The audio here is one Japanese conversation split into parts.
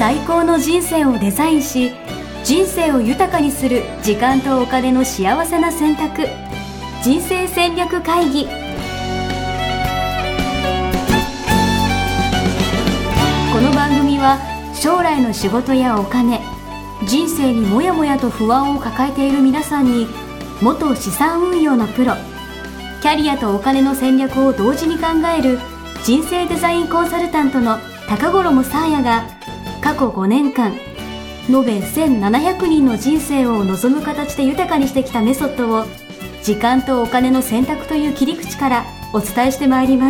最高の人生をデザインし、人生を豊かにする時間とお金の幸せな選択、人生戦略会議。この番組は将来の仕事やお金、人生にもやもやと不安を抱えている皆さんに、元資産運用のプロ、キャリアとお金の戦略を同時に考える人生デザインコンサルタントの高頃もさあやが、過去5年間延べ1700人の人生を望む形で豊かにしてきたメソッドを、時間とお金の選択という切り口からお伝えしてまいります。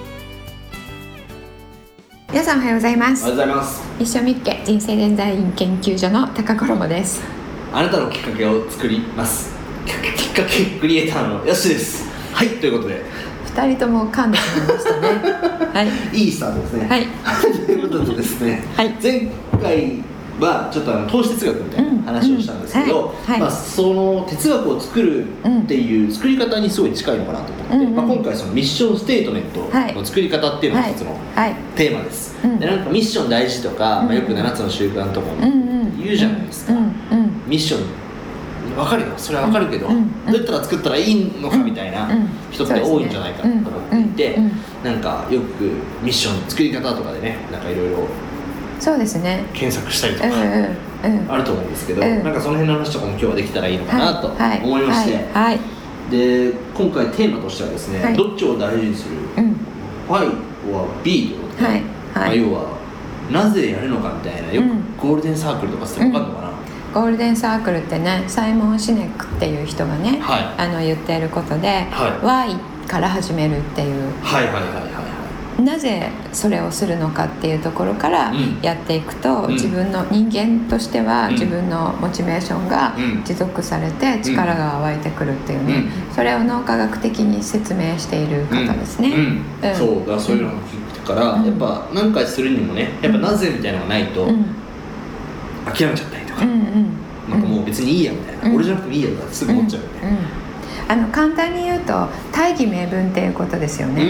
皆さんおはようございます。 おはようございます。 一緒みっけ人生デザイン研究所の高頃もです。 あなたのきっかけを作ります。きっかけクリエイターのやすです。はい、ということで 2人とも噛んでしまいましたね。はい、 いいスタートですね。 はいということでですね、 はい、 前回はちょっと投資哲学みたいな話をしたんですけど、その哲学を作るっていう作り方にすごい近いのかなと思って、今回そのミッションステートメントの作り方っていうのが一つのテーマです。で、なんかミッション大事とか、よく7つの習慣とかも言うじゃないですか。ミッション分かるよ、それは分かるけど、どうやったら作ったらいいのかみたいな人って多いんじゃないかと思っていて、なんかよくミッションの作り方とかでね、なんかいろいろそうですね、 検索したりとかあると思うんですけど、なんかその辺の話とかも今日はできたらいいのかなと思いまして、で今回テーマとしてはですね、どっちを大事にする、Why or B ということで、要はなぜやるのかみたいな、よくゴールデンサークルとかって分かるのかな。 ゴールデンサークルってね、サイモン・シネックっていう人がね、言っていることで、Why から始めるっていう、なぜそれをするのかっていうところからやっていくと、自分の人間としては自分のモチベーションが持続されて力が湧いてくるっていうね、それを脳科学的に説明している方ですね。 そうだ、そういうのを聞いてから、やっぱ何回するにもね、やっぱなぜみたいなのがないと諦めちゃったりとか、なんかもう別にいいやみたいな、俺じゃなくてもいいやとかすぐ思っちゃうよね。 簡単に言うと大義名分っていうことですよね。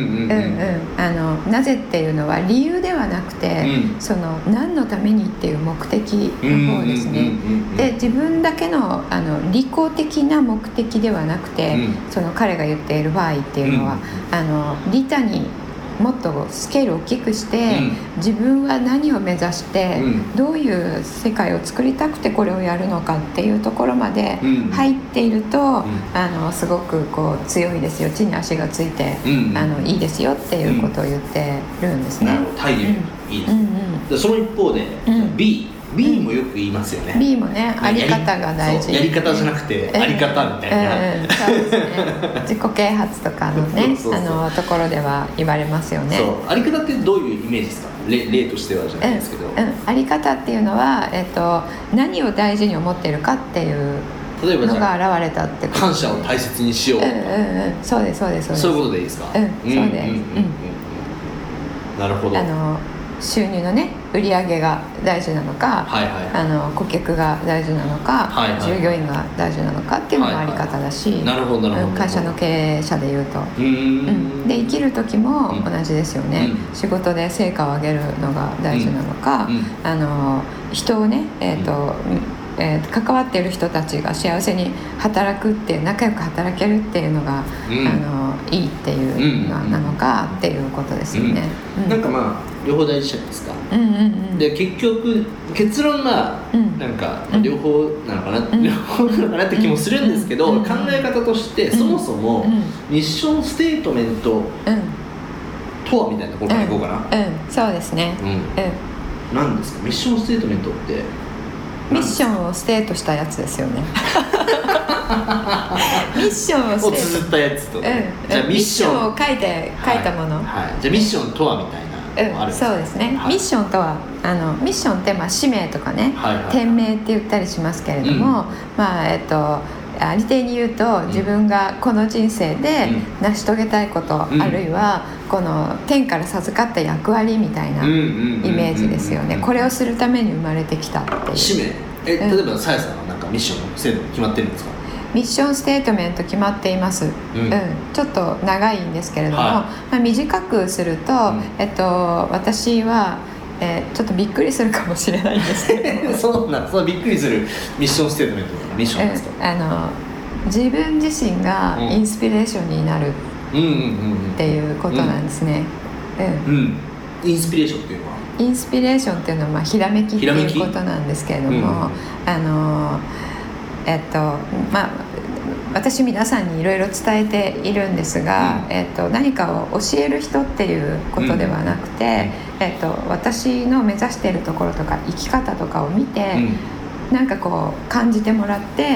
なぜっていうのは理由ではなくて、その何のためにっていう目的の方ですね。で、自分だけの利己的な目的ではなくて、その彼が言っている場合っていうのは、利他にもっとスケールを大きくして、自分は何を目指して、どういう世界を作りたくてこれをやるのかっていうところまで入っていると、すごくこう強いですよ、地に足がついて、いいですよっていうことを言ってるんですね。 大義いいです。その一方で、B もよく言いますよね。 B もね、あり方が大事。 やり方じゃなくてあり方みたいな、 そうですね。自己啓発とかのねところでは言われますよね。 そう、あり方ってどういうイメージですか？例としてはじゃないですけど、 あり方っていうのは、何を大事に思っているかっていうのが現れたってこと。 感謝を大切にしようとか、 そうですそうですそうです。 そういうことでいいですか？ そうです。 なるほど。 収入のね、売り上げが大事なのか、顧客が大事なのか、従業員が大事なのかっていうのがあり方だし、会社の経営者でいうと、で生きる時も同じですよね。仕事で成果を上げるのが大事なのか、人をね、関わっている人たちが幸せに働くっていう、仲良く働けるっていうのが、いいっていうのなのかっていうことですよね。 なんか両方大事じゃないですか。で結局結論がなんか両方なのかな、両方なのかなって気もするんですけど、考え方としてそもそもミッションステートメントとはみたいなところからいこうかな。 そうですね。 何ですかミッションステートメントって？ ミッションをステートしたやつですよね。ミッションを綴ったやつと、じゃあミッションを書いたもの、 じゃあミッションとはみたいな、 そうですね。ミッションとはミッションって使命とかね、天命って言ったりしますけれども、ありていに言うと、自分がこの人生で成し遂げたいこと、あるいはこの天から授かった役割みたいなイメージですよね。これをするために生まれてきたっていう使命。例えばさやさんはなんかミッションの制度決まってるんですか？ ミッションステートメント決まっています。ちょっと長いんですけれども、短くすると、私はちょっとびっくりするかもしれないんですけどそのびっくりするミッションステートメントとかミッションですか？ 自分自身がインスピレーションになるっていうことなんですね。 インスピレーションっていうのは？ インスピレーションっていうのはひらめきっていうことなんですけれども、私皆さんにいろいろ伝えているんですが、何かを教える人っていうことではなくて、私の目指しているところとか生き方とかを見て、なんかこう感じてもらって、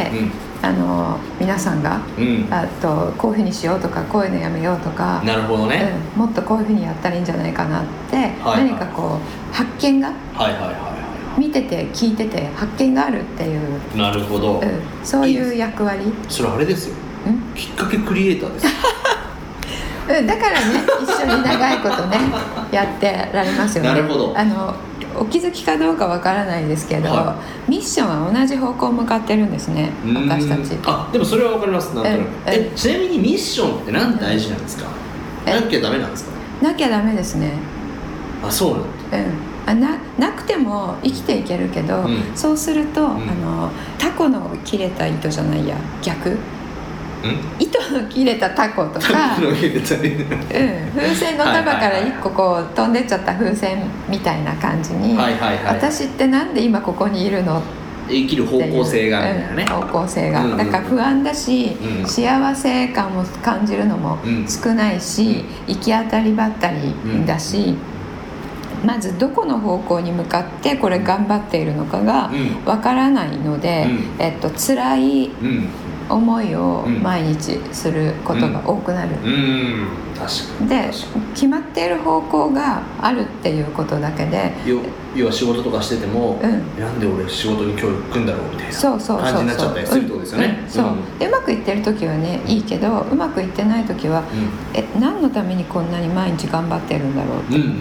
皆さんが、こういうふうにしようとかこういうのやめようとか、 なるほどね、 もっとこういうふうにやったらいいんじゃないかなって、何かこう発見が、見てて聞いてて発見があるっていう、 なるほど、 そういう役割。 それあれですよ、きっかけクリエイターですだからね一緒に長いことねやってられますよね。 なるほど。 お気づきかどうかわからないですけど、ミッションは同じ方向向かってるんですね、私たち。 でもそれはわかります。なんとなく。ちなみにミッションって何で大事なんですか？なきゃダメなんですか？ なきゃダメですね。 そうなんだ。 なくても生きていけるけど、そうすると、タコの切れた糸じゃないや、逆、糸の切れたタコとか、風船の束から1個こう飛んでっちゃった風船みたいな感じに、私ってなんで今ここにいるの？ 生きる方向性がみたいなね、 方向性が、だから不安だし、幸せ感を感じるのも少ないし、行き当たりばったりだし、まずどこの方向に向かってこれ頑張っているのかがわからないので、辛い思いを毎日することが多くなる。で、決まっている方向があるっていうことだけで、 要は仕事とかしてても、なんで俺仕事に今日行くんだろうみたいな感じになっちゃったりするってことですよね。 でうまくいってる時はねいいけど、うまくいってない時は、何のためにこんなに毎日頑張ってるんだろうって、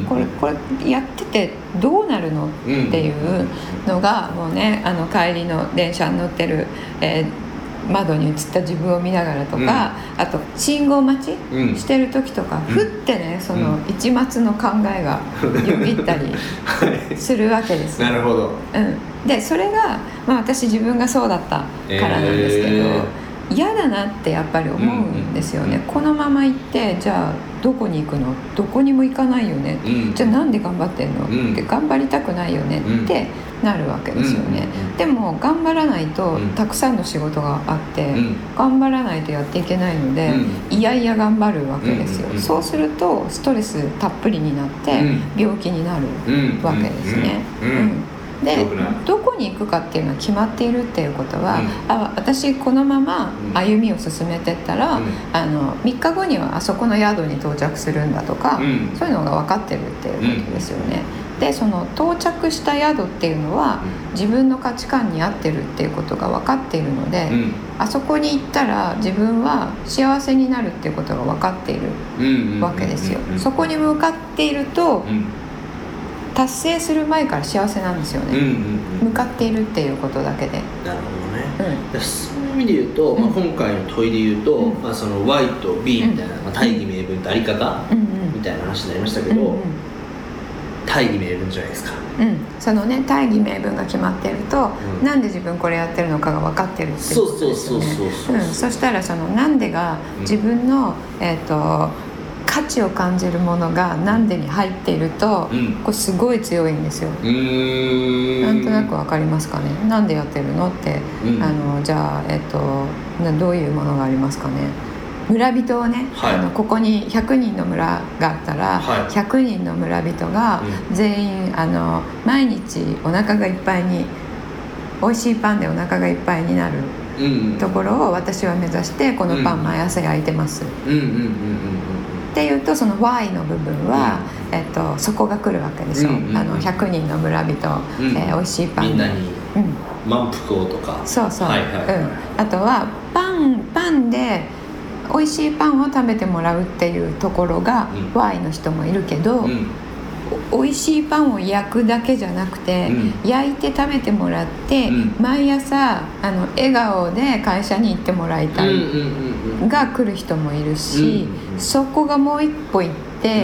これやっててどうなるのっていうのが、もうね、帰りの電車に乗ってる、窓に映った自分を見ながらとか、あと信号待ちしてる時とか、ふってね、その一末の考えがよぎったりするわけですよ。 なるほど。 でそれが、私自分がそうだったからなんですけど、嫌だなってやっぱり思うんですよね。このまま行ってじゃあどこに行くの？どこにも行かないよね、じゃあなんで頑張ってんの、って頑張りたくないよねってなるわけですよね。でも頑張らないとたくさんの仕事があって、頑張らないとやっていけないので、いやいや頑張るわけですよ。そうするとストレスたっぷりになって病気になるわけですね。でどこに行くかっていうのは決まっているっていうことは、私このまま歩みを進めてったら、3日後にはあそこの宿に到着するんだとか、そういうのが分かってるっていうことですよね。でその到着した宿っていうのは、自分の価値観に合ってるっていうことが分かっているので、あそこに行ったら自分は幸せになるっていうことが分かっているわけですよ。そこに向かっていると、達成する前から幸せなんですよね。向かっているっていうことだけで。 なるほどね。そういう意味で言うと、今回の問いで言うと、その Y と B みたいな、大義名分とあり方みたいな話になりましたけど、大義名分じゃないですか。 そのね、大義名分が決まっていると、なんで自分これやってるのかが分かってるっていうことですよね。そしたらそのなんでが自分の価値を感じるものがなんでに入っていると、これすごい強いんですよ。なんとなく分かりますかね。なんでやってるのって、じゃあ、どういうものがありますかね。村人をね、ここに100人の村があったら、100人の村人が全員毎日お腹がいっぱいに、美味しいパンでお腹がいっぱいになるところを私は目指してこのパン毎朝焼いてます。っていうと、その Y の部分は、そこが来るわけですよ。100人の村人、美味しいパン、 みんなに満腹をとか、 あとはパンで美味しいパンを食べてもらうっていうところが Y の人もいるけど、美味しいパンを焼くだけじゃなくて、焼いて食べてもらって、毎朝笑顔で会社に行ってもらいたいが来る人もいるし、そこがもう一歩行って、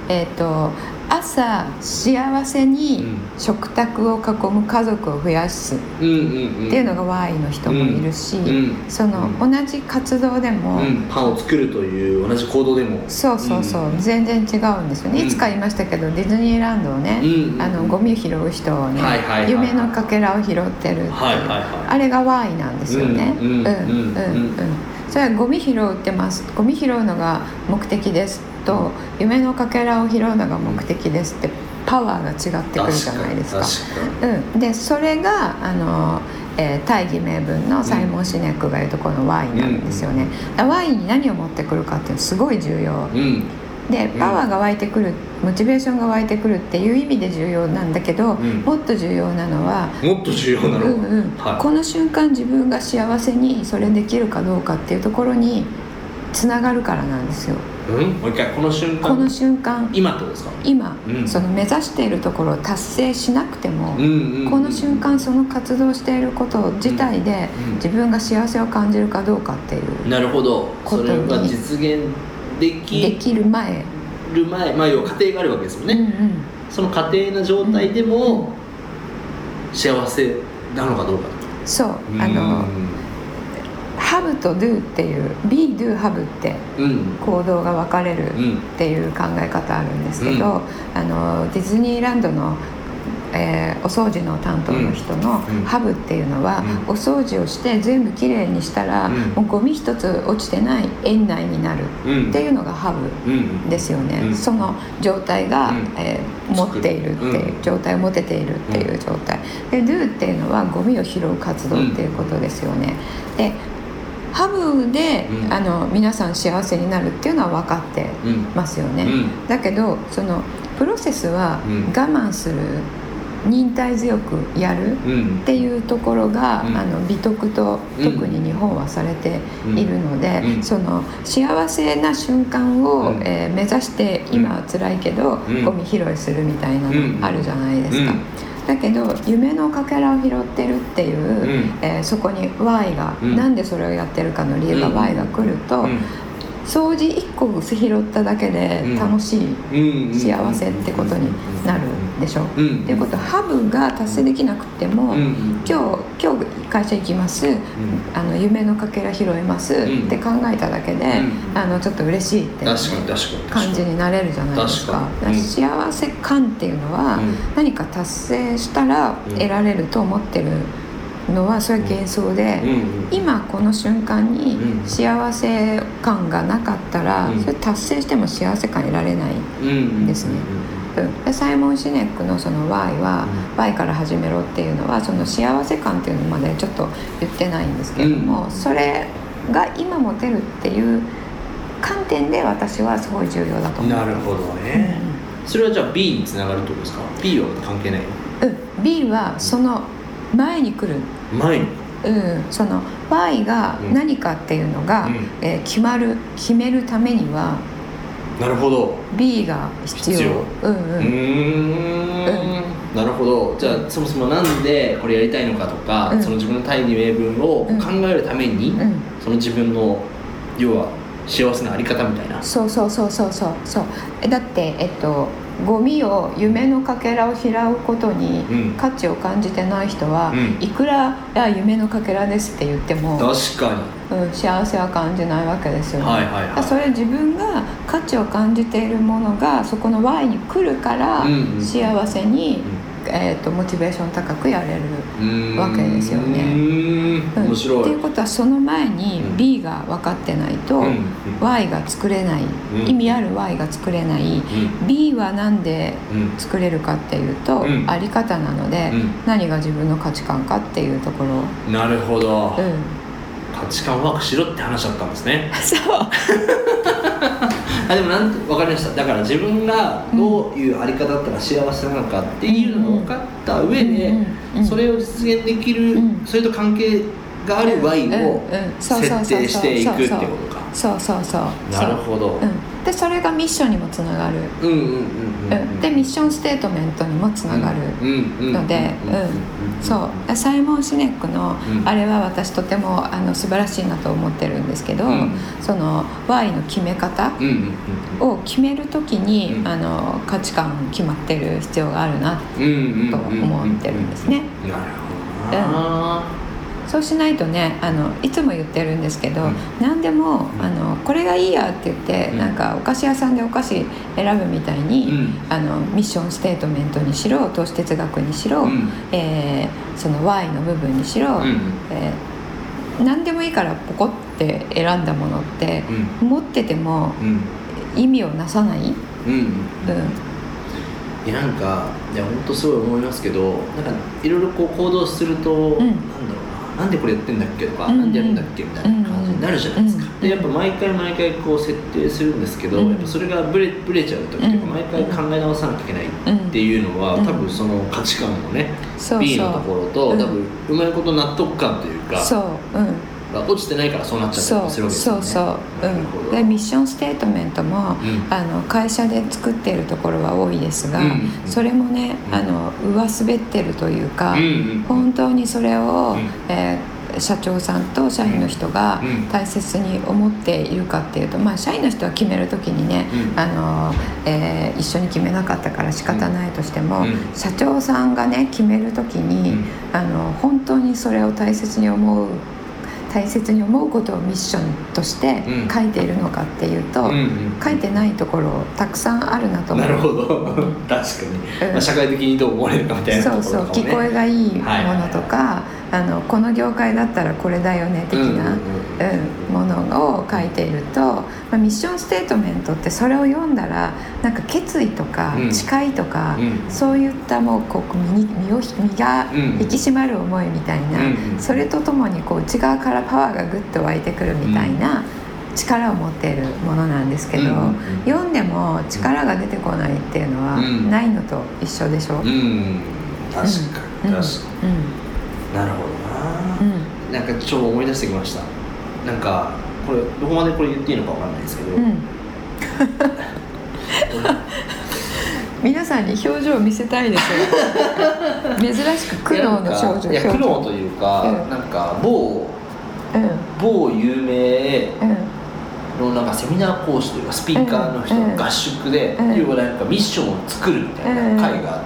朝幸せに食卓を囲む家族を増やすっていうのが Y の人もいるし、その同じ活動でも、 パンを作るという同じ行動でもそう、全然違うんですよね。いつか言いましたけど、ディズニーランドをね、ゴミを拾う人をね、夢のかけらを拾ってるっていう、あれが Y なんですよね。それはゴミ拾ってます、ゴミ拾うのが目的ですと、夢のかけらを拾うのが目的ですってパワーが違ってくるじゃないですか。でそれが大義名分のサイモン・シネックが言うところの Y なんですよね。Y に何を持ってくるかっていうのはすごい重要、でパワーが湧いてくる、モチベーションが湧いてくるっていう意味で重要なんだけど、もっと重要なのはこの瞬間自分が幸せにそれできるかどうかっていうところにつながるからなんですよ。 もう一回、この瞬間今ってことですか？今、その目指しているところを達成しなくても、この瞬間その活動していること自体で自分が幸せを感じるかどうかっていう、 なるほど、それが実現できる前、要は過程があるわけですよね。その過程な状態でも幸せなのかどうか。 そう、have と do っていう be, do, have って行動が分かれるっていう考え方あるんですけど、ディズニーランドの、お掃除の担当の人の have っていうのは、お掃除をして全部きれいにしたら、もうゴミ一つ落ちてない園内になるっていうのが have ですよね。その状態が、持っているっていう状態を持てているっていう状態で、 do っていうのはゴミを拾う活動っていうことですよね。でハブで、皆さん幸せになるっていうのは分かってますよね。だけどそのプロセスは我慢する、忍耐強くやるっていうところが、美徳と特に日本はされているので、その幸せな瞬間を、目指して今は辛いけど、ゴミ拾いするみたいなのあるじゃないですか。だけど夢のかけらを拾ってるっていう、そこに Y が、なんでそれをやってるかの理由が Y が来ると、掃除1個拾っただけで楽しい、幸せってことになるでしょ。っていうことはハブが達成できなくても、今日会社行きます、夢のかけら拾いますって考えただけで、ちょっと嬉しいって感じになれるじゃないですか。幸せ感っていうのは、何か達成したら得られると思ってるのは、それは幻想で、今この瞬間に幸せ感がなかったら、それ達成しても幸せ感得られないんですね。サイモン・シネックのその Y は、Y から始めろっていうのは、その幸せ感っていうのまでちょっと言ってないんですけども、それが今持てるっていう観点で私はすごい重要だと思う。 なるほどね。それはじゃあ B につながるってことですか？ B は関係ないの ？B はその前に来る、その Y が何かっていうのが、決めるためには、 なるほど、 B が必要。 なるほど。じゃあそもそもなんでこれやりたいのかとか、その自分の大義名分を考えるために、その自分の要は幸せなあり方みたいな。そうだってゴミを、夢のかけらを拾うことに価値を感じてない人は、いくら夢のかけらですって言っても確かに、 幸せは感じないわけですよね。それ自分が価値を感じているものがそこの Y に来るから、幸せに、モチベーション高くやれるわけですよね。 面白い。 っていうことは、その前に B が分かってないと Y が作れない、意味ある Y が作れない。 B は何で作れるかっていうと、あり方なので、何が自分の価値観かっていうところ。 なるほど、価値観ワークしろって話だったんですね。 そうでも分かりました。だから自分がどういうあり方だったら幸せなのかっていうのが分かった上で、それを実現できる、それと関係がある Y を設定していくってことか。 そうなるほど。 でそれがミッションにもつながる、でミッションステートメントにもつながるので、そうサイモン・シネックのあれは私とても素晴らしいなと思ってるんですけど、その Y の決め方を決めるときに価値観決まってる必要があるなと思ってるんですね。 なるほどな。 そうしないとねいつも言ってるんですけど、何でもこれがいいやって言って、なんかお菓子屋さんでお菓子選ぶみたいに、ミッションステートメントにしろ投資哲学にしろ、その Y の部分にしろ、何でもいいからポコって選んだものって、持ってても意味をなさない。 いやなんかいや本当すごい思いますけど、なんかいろいろこう行動すると、なんだろうな、なんでこれやってんだっけとか、なんでやるんだっけみたいな感じになるじゃないですか。でやっぱ毎回こう設定するんですけど、やっぱそれがブレちゃう時とか、毎回考え直さなきゃいけないっていうのは、多分その価値観のね、B のところと、多分うまいこと納得感というか、落ちてないからそうなっちゃったりするわけですよね。 でミッションステートメントも、会社で作っているところは多いですが、それもね上滑ってるというか、本当にそれを、社長さんと社員の人が大切に思っているかっていうと、社員の人は決める時にね、一緒に決めなかったから仕方ないとしても、社長さんがね決める時に、本当にそれを大切に思うことをミッションとして書いているのかっていうと、書いてないところたくさんあるなと思う。 なるほど確かに、社会的にどう思われるかみたいなところとかもね、 聞こえがいいものとか、この業界だったらこれだよね的なものを書いていると、ミッションステートメントってそれを読んだらなんか決意とか誓いとか、そういったもうこう身が引き締まる思いみたいな、それとともにこう内側からパワーがグッと湧いてくるみたいな力を持っているものなんですけど、読んでも力が出てこないっていうのはないのと一緒でしょ。 確かになるほどな、なんかちょっと思い出してきました。なんかこれどこまでこれ言っていいのかわかんないですけど、 皆さんに表情を見せたいですよ珍しく苦悩の表情。 いや苦悩というか、なんか某有名のなんかセミナー講師というかスピーカーの人の合宿で、要はなんかミッションを作るみたいな会があって、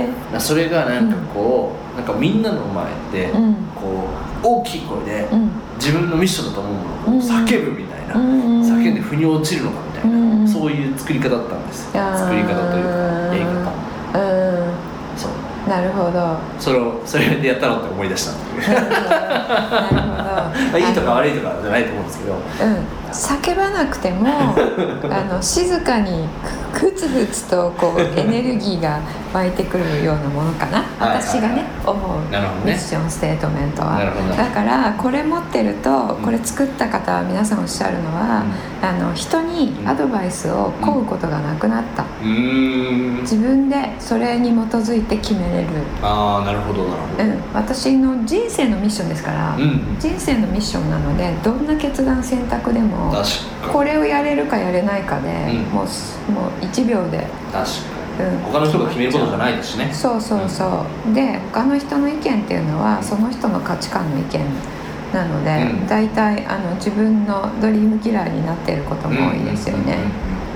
それがなんかこう、なんかみんなの前でこう大きい声で自分のミッションだと思うものを叫ぶみたいな、叫んで腑に落ちるのかみたいな、そういう作り方だったんです。作り方というかやり方。そう。 なるほど。 それでやったのって思い出した。 なるほど。 いいとか悪いとかじゃないと思うんですけど。 叫ばなくても静かにふつふつとこうエネルギーが湧いてくるようなものかな、私がね思うミッションステートメントは。だからこれ持ってると、これ作った方は皆さんおっしゃるのは、人にアドバイスを請うことがなくなった、自分でそれに基づいて決めれる。 なるほどなるほど。 私の人生のミッションですから、人生のミッションなので、どんな決断選択でもこれをやれるかやれないかで、もう1秒で。 確かに、他の人が決めることじゃないですしね。 そうで他の人の意見っていうのはその人の価値観の意見なので、大体自分のドリームキラーになっていることも多いですよね。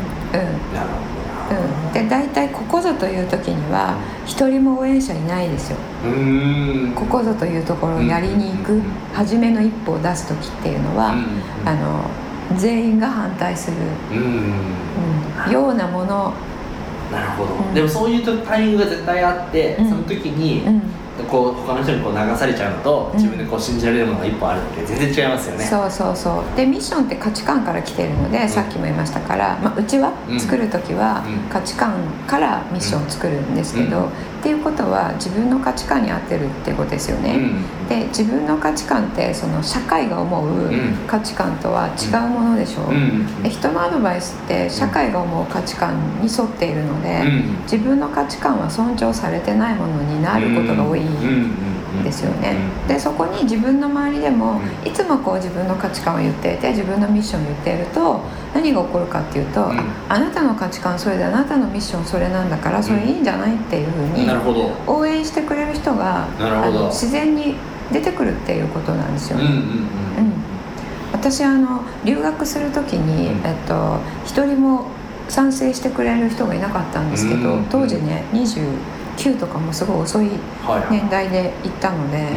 で大体ここぞという時には一人も応援者いないですよ。ここぞというところをやりに行く初めの一歩を出す時っていうのは、全員が反対するようなもの。 なるほど、でもそういうタイミングが絶対あって、その時にこう他の人にこう流されちゃうのと、自分でこう信じられるものが一歩あるって全然違いますよね。 そうでミッションって価値観から来てるので、さっきも言いましたから、うちは作る時は価値観からミッションを作るんですけど、っていうことは自分の価値観に合ってるってことですよね。で自分の価値観ってその社会が思う価値観とは違うものでしょう。で人のアドバイスって社会が思う価値観に沿っているので、自分の価値観は尊重されてないものになることが多いですよね。でそこに自分の周りでもいつもこう自分の価値観を言っていて自分のミッションを言っていると何が起こるかっていうと、あなたの価値観それであなたのミッションそれなんだからそれいいんじゃないっていうふうに応援してくれる人が自然に出てくるっていうことなんですよね。私留学する時に、一人も賛成してくれる人がいなかったんですけど、当時ね29とかもすごい遅い年代で行ったので、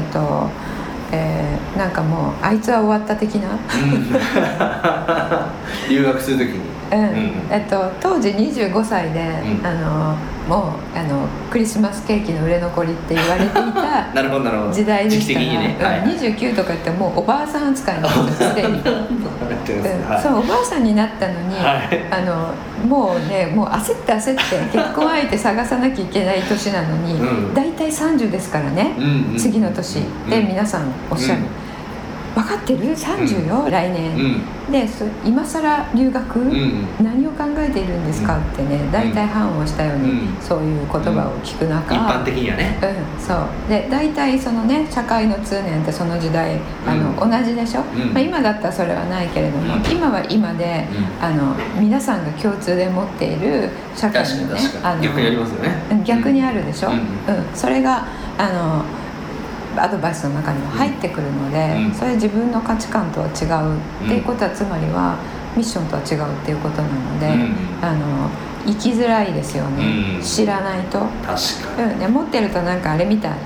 なんかもうあいつは終わった的な留学する時に、 当時25歳で、もうクリスマスケーキの売れ残りって言われていた時代でしたから、29とかってもうおばあさん扱いなんですよすでにそうおばあさんになったのに、もうねもう焦って結婚相手探さなきゃいけない年なのに、だいたい30ですからね、次の年で皆さんおっしゃる、分かってる ?30 よ、来年、で今更留学、何を考えているんですかってね大体反応したように、そういう言葉を聞く中、 一般的にはね、 そうで大体そのね社会の通念ってその時代同じでしょ、今だったらそれはないけれども、今は今で、皆さんが共通で持っている社会のね逆にありますよね、 逆にあるでしょ、それがアドバイスの中には入ってくるので、それ自分の価値観とは違うっていうことは、つまりはミッションとは違うっていうことなので、生きづらいですよね、知らないと。 確かに、 持ってるとなんかあれみたい、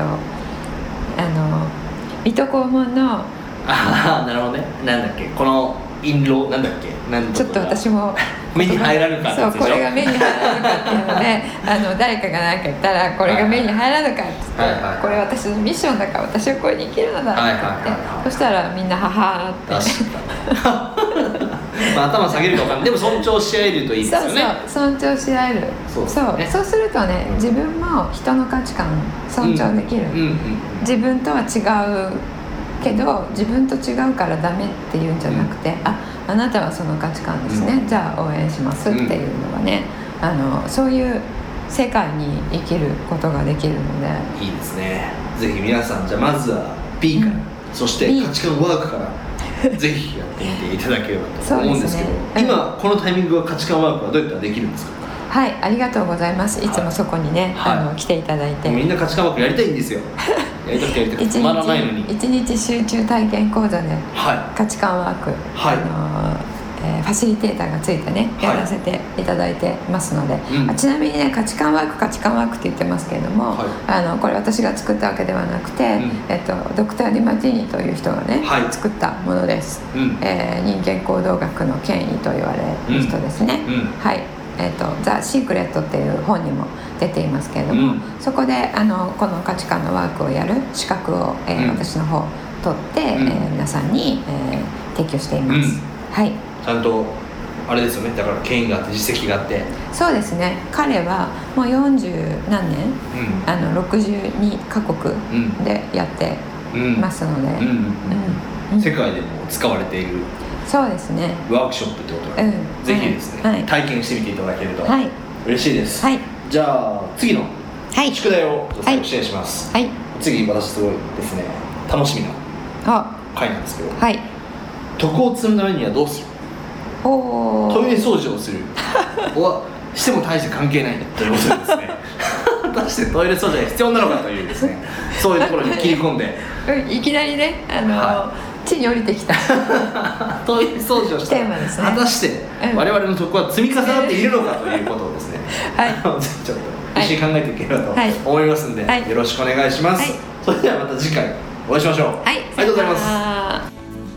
水戸黄門のなるほどね、なんだっけこの印籠なんだっけちょっと私も目に入らぬかってそうこれが目に入らぬかっていうので誰かが何か言ったらこれが目に入らぬかって言って、これ私のミッションだから私はこれに生きるのだって言って、そしたらみんなははーって頭下げるか分かんない、でも尊重し合えるといいですよね。 尊重し合える、そうするとね、自分も人の価値観尊重できる、自分とは違うけど自分と違うからダメっていうんじゃなくて、あなたはその価値観ですね、じゃあ応援しますっていうのがね、そういう世界に生きることができるのでいいですね。ぜひ皆さんじゃあまずは B から、そして価値観ワークからぜひやってみていただければと思うんですけど、今このタイミングは価値観ワークはどうやったらできるんですか？ はい、ありがとうございます。いつもそこにね、来ていただいて、 みんな価値観ワークやりたいんですよやりたくて止まらないのに 1日集中体験講座で価値観ワーク、ファシリテーターがついてねやらせていただいてますので、ちなみにね価値観ワークって言ってますけれども、これ私が作ったわけではなくて、ドクター・ディマティーニという人がね、作ったものです、人間行動学の権威と言われる人ですね、ザ・シークレットっていう本にも出ていますけれども、そこでこの価値観のワークをやる資格を、私の方取って、皆さんに、提供しています、 ちゃんとあれですよね、だから権威があって実績があって。 そうですね、彼はもう40何年、62カ国でやってますので、 世界でも使われているそうですねワークショップってことで、ぜひですね、体験してみていただけると嬉しいです、じゃあ次の宿題をシェアします、次私すごいですね楽しみな回なんですけど、徳を積むためにはどうする、トイレ掃除をするしても大して関係ないということですね果たしてトイレ掃除が必要なのかというですねそういうところに切り込んでいきなりね地に降りてきたトイレ掃除をしたら、果たして我々の徳は積み重なっているのかということをですね、ちょっと一緒に考えていければと思いますので、よろしくお願いします、それではまた次回お会いしましょう、ありがとうございます。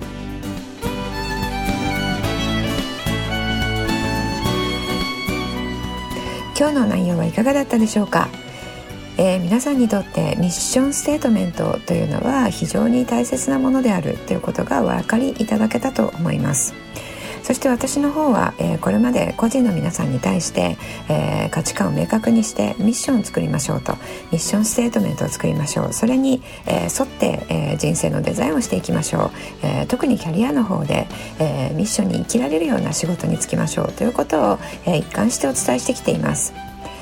今日の内容はいかがだったでしょうか。皆さんにとってミッションステートメントというのは非常に大切なものであるということがお分かりいただけたと思います。そして私の方は、これまで個人の皆さんに対して、価値観を明確にしてミッションを作りましょうと、ミッションステートメントを作りましょう、それに、沿って、人生のデザインをしていきましょう、特にキャリアの方で、ミッションに生きられるような仕事に就きましょうということを、一貫してお伝えしてきています。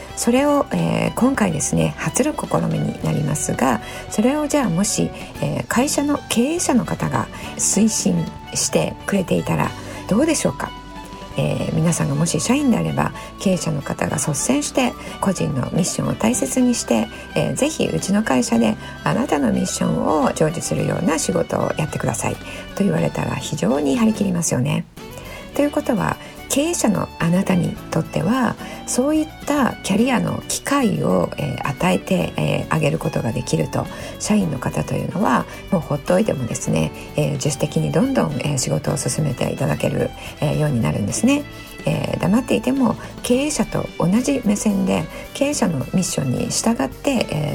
それを、今回ですね初の試みになりますが、それをじゃあもし、会社の経営者の方が推進してくれていたらどうでしょうか。皆さんがもし社員であれば、経営者の方が率先して個人のミッションを大切にして、ぜひうちの会社であなたのミッションを成就するような仕事をやってくださいと言われたら非常に張り切りますよね。ということは、経営者のあなたにとってはそういったキャリアの機会を、与えて、あげることができると、社員の方というのはもうほっといてもですね、自主的にどんどん、仕事を進めていただける、ようになるんですね。黙っていても経営者と同じ目線で経営者のミッションに従って、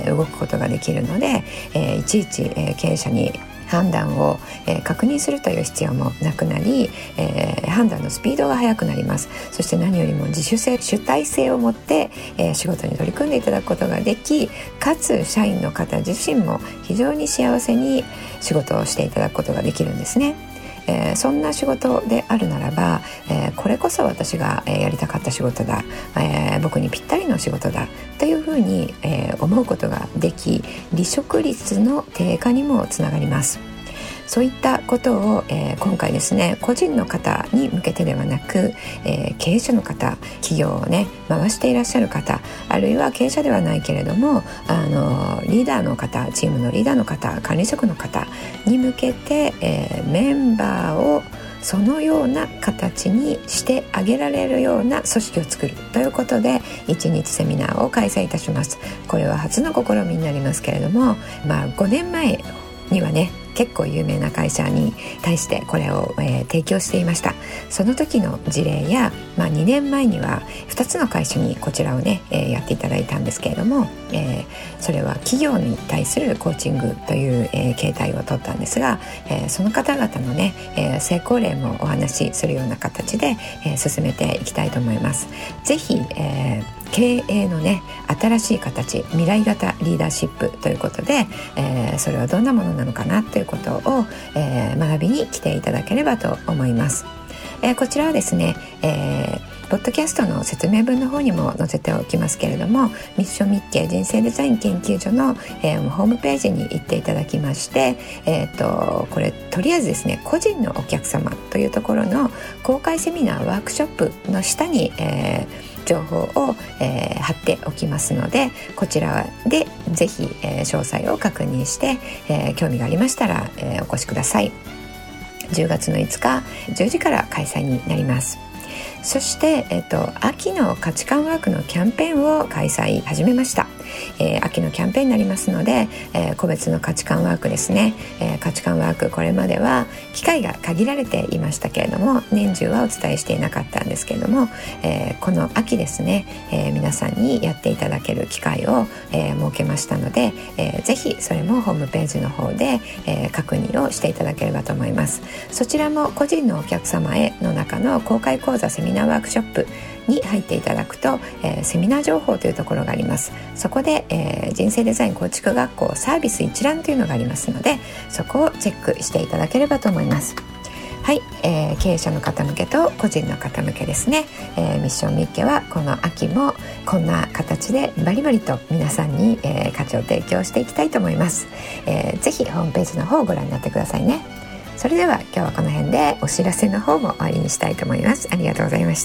動くことができるので、いちいち、経営者に判断を、確認するという必要もなくなり、判断のスピードが速くなります。そして何よりも自主性、主体性を持って、仕事に取り組んでいただくことができ、かつ社員の方自身も非常に幸せに仕事をしていただくことができるんですね。そんな仕事であるならば、これこそ私が、やりたかった仕事だ、僕にぴったりの仕事だというふうに、思うことができ、離職率の低下にもつながります。そういったことを、今回ですね、個人の方に向けてではなく、経営者の方、企業をね回していらっしゃる方、あるいは経営者ではないけれどもリーダーの方、チームのリーダーの方、管理職の方に向けて、メンバーをそのような形にしてあげられるような組織を作るということで1日セミナーを開催いたします。これは初の試みになりますけれども、5年前にはね結構有名な会社に対してこれを、提供していました。その時の事例や、2年前には2つの会社にこちらをね、やっていただいたんですけれども、それは企業に対するコーチングという、形態を取ったんですが、その方々のね、成功例もお話しするような形で、進めていきたいと思います。ぜひ、経営のね新しい形、未来型リーダーシップということで、それはどんなものなのかなということを、学びに来ていただければと思います。こちらはですね、ポッドキャストの説明文の方にも載せておきますけれども、ミッションミッケ人生デザイン研究所の、ホームページに行っていただきまして、これとりあえずですね、個人のお客様というところの公開セミナーワークショップの下に、情報を、貼っておきますので、こちらでぜひ、詳細を確認して、興味がありましたら、お越しください。10月の5日10時から開催になります。そして、秋の価値観ワークのキャンペーンを開催始めました。秋のキャンペーンになりますので、個別の価値観ワークですね、価値観ワーク、これまでは機会が限られていましたけれども、年中はお伝えしていなかったんですけれども、この秋ですね、皆さんにやっていただける機会を、設けましたので、ぜひそれもホームページの方で、確認をしていただければと思います。そちらも個人のお客様への中の公開講座セミナーワークショップに入っていただくと、セミナー情報というところがあります。そこで、人生デザイン構築学校サービス一覧というのがありますので、そこをチェックしていただければと思います。はい、経営者の方向けと個人の方向けですね、ミッションミッケはこの秋もこんな形でバリバリと皆さんに、価値を提供していきたいと思います。ぜひホームページの方をご覧になってくださいね。それでは今日はこの辺でお知らせの方も終わりにしたいと思います。ありがとうございました。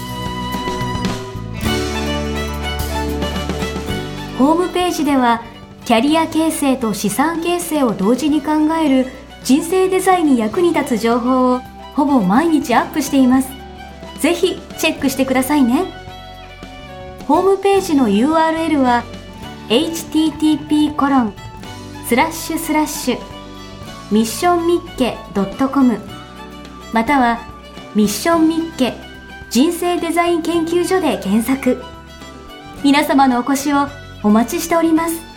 ホームページではキャリア形成と資産形成を同時に考える人生デザインに役に立つ情報をほぼ毎日アップしています。ぜひチェックしてくださいね。ホームページの URL は http://missionmikke.com またはミッションミッケ人生デザイン研究所で検索。皆様のお越しをお待ちしております。